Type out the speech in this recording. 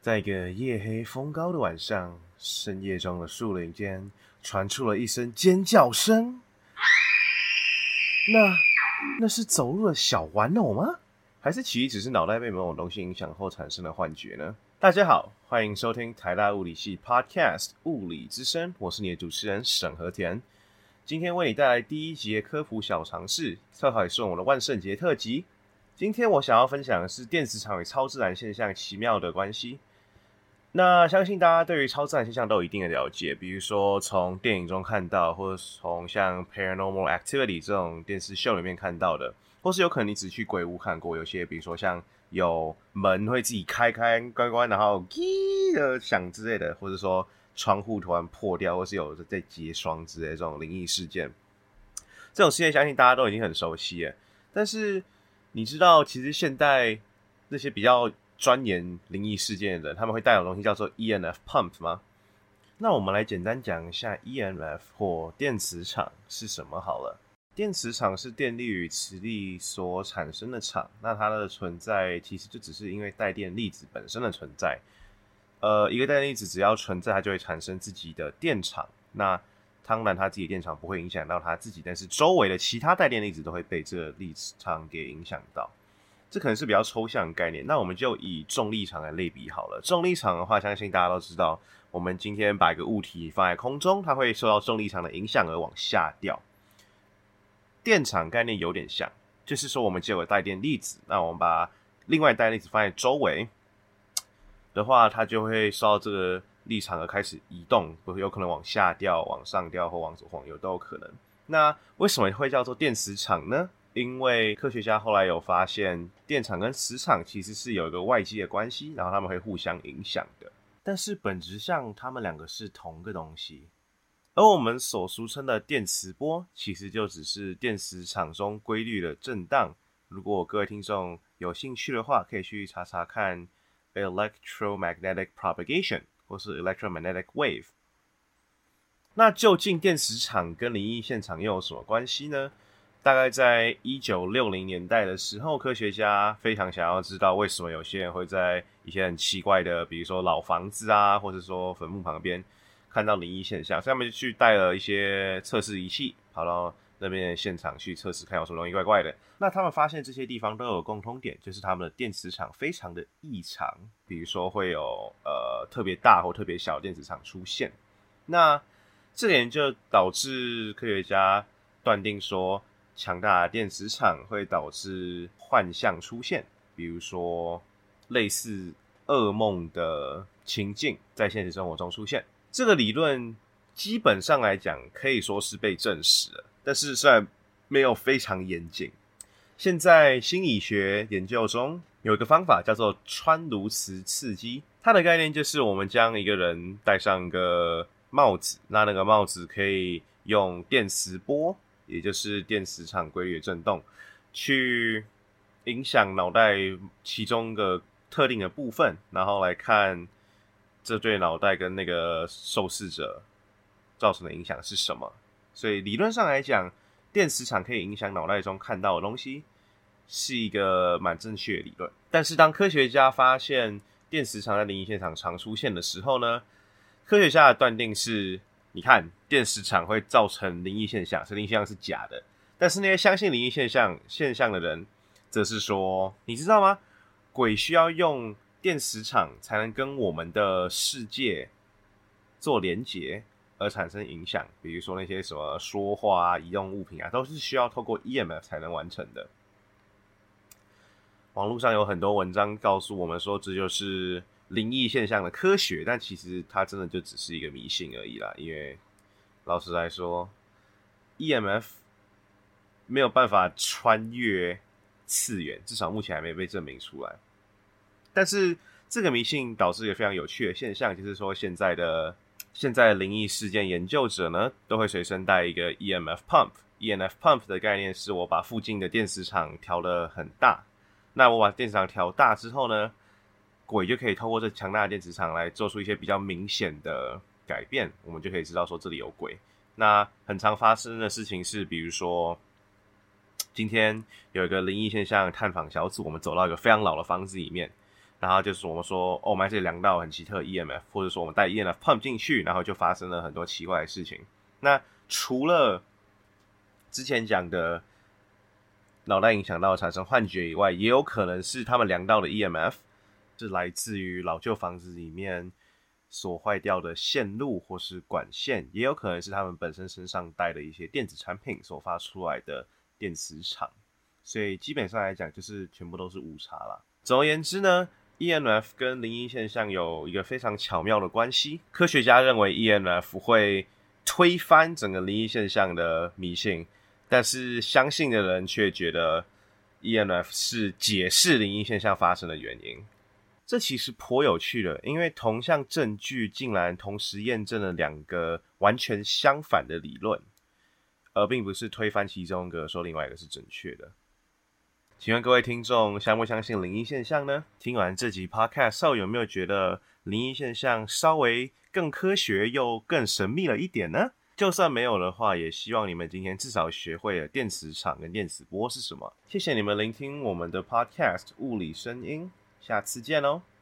在一个夜黑风高的晚上，深夜中的树林间传出了一声尖叫声。那是走入了小玩偶吗？还是其实只是脑袋被某种东西影响后产生的幻觉呢？大家好，欢迎收听台大物理系 Podcast 物理之声，我是你的主持人沈和田。今天为你带来第一集的科普小常识，正好也是我们的万圣节特辑。今天我想要分享的是电磁场与超自然现象奇妙的关系。那相信大家对于超自然现象都有一定的了解，比如说从电影中看到，或者从像 Paranormal Activity 这种电视秀里面看到的，或是有可能你只去鬼屋看过，有些比如说像有门会自己开关，然后叽的响之类的，或者说窗户突然破掉，或是有在结霜之类的这种灵异事件。这种事件相信大家都已经很熟悉了，但是你知道其实现代那些比较钻研灵异事件的人，他们会带有东西叫做 EMF pump 吗？那我们来简单讲一下 EMF 或电磁场是什么好了。电磁场是电力与磁力所产生的场，那它的存在其实就只是因为带电粒子本身的存在。一个带电粒子只要存在，它就会产生自己的电场。那当然它自己的电场不会影响到它自己，但是周围的其他带电粒子都会被这个力场给影响到。这可能是比较抽象的概念，那我们就以重力场来类比好了。重力场的话，相信大家都知道，我们今天把一个物体放在空中，它会受到重力场的影响而往下掉。电场概念有点像，就是说我们只有带电粒子，那我们把另外带电粒子放在周围的话，它就会受到这个力场而开始移动，有可能往下掉、往上掉或往左晃右都有可能。那为什么会叫做电磁场呢？因为科学家后来有发现，电场跟磁场其实是有一个外接的关系，然后他们会互相影响的。但是本质上，他们两个是同个东西。而我们所俗称的电磁波，其实就只是电磁场中规律的震荡。如果各位听众有兴趣的话，可以去查查看 electromagnetic propagation 或是 electromagnetic wave。那究竟电磁场跟灵异现场又有什么关系呢？大概在1960年代的时候，科学家非常想要知道为什么有些人会在一些很奇怪的，比如说老房子啊，或者说坟墓旁边看到灵异现象，所以他们就去带了一些测试仪器，跑到那边的现场去测试，看有什么东西怪怪的。那他们发现这些地方都有共通点，就是他们的电磁场非常的异常，比如说会有特别大或特别小的电磁场出现。那这点就导致科学家断定说，强大的电磁场会导致幻象出现，比如说类似噩梦的情境在现实生活中出现。这个理论基本上来讲可以说是被证实了，但是虽然没有非常严谨。现在心理学研究中有一个方法叫做穿颅磁刺激，它的概念就是我们将一个人戴上一个帽子，那个帽子可以用电磁波，也就是电磁场规律的振动，去影响脑袋其中一个特定的部分，然后来看这对脑袋跟那个受试者造成的影响是什么。所以理论上来讲，电磁场可以影响脑袋中看到的东西，是一个蛮正确的理论。但是当科学家发现电磁场在灵异现场常出现的时候呢，科学家的断定是，你看电磁场会造成灵异现象，所以灵异现象是假的。但是那些相信灵异现象的人，则是说，你知道吗？鬼需要用电磁场才能跟我们的世界做连结而产生影响，比如说那些什么说话啊、移动物品啊，都是需要透过 EMF 才能完成的。网络上有很多文章告诉我们说，这就是灵异现象的科学，但其实它真的就只是一个迷信而已啦。因为老实来说 ，EMF 没有办法穿越次元，至少目前还没被证明出来。但是这个迷信导致一个非常有趣的现象，就是说现在的灵异事件研究者呢，都会随身带一个 EMF pump。EMF pump 的概念是我把附近的电磁场调得很大，那我把电磁场调大之后呢，鬼就可以透过这强大的电磁场来做出一些比较明显的改变，我们就可以知道说这里有鬼。那很常发生的事情是，比如说今天有一个灵异现象探访小组，我们走到一个非常老的房子里面， 然后就是我们说我们这里量到很奇特的 EMF， 或者说我们带 EMF pump 进去，然后就发生了很多奇怪的事情。那除了之前讲的脑袋影响到产生幻觉以外，也有可能是他们量到的 EMF 是来自于老旧房子里面所坏掉的线路或是管线，也有可能是他们本身身上带的一些电子产品所发出来的电磁场，所以基本上来讲就是全部都是误差啦。总而言之呢， EMF 跟灵异现象有一个非常巧妙的关系。科学家认为 EMF 会推翻整个灵异现象的迷信，但是相信的人却觉得 EMF 是解释灵异现象发生的原因。这其实颇有趣的，因为同项证据竟然同时验证了两个完全相反的理论，而并不是推翻其中一个说另外一个是正确的。请问各位听众相不相信灵异现象呢？听完这集 podcast 有没有觉得灵异现象稍微更科学又更神秘了一点呢？就算没有的话，也希望你们今天至少学会了电磁场跟电磁波是什么。谢谢你们聆听我们的 podcast 物理声音，下次见哦。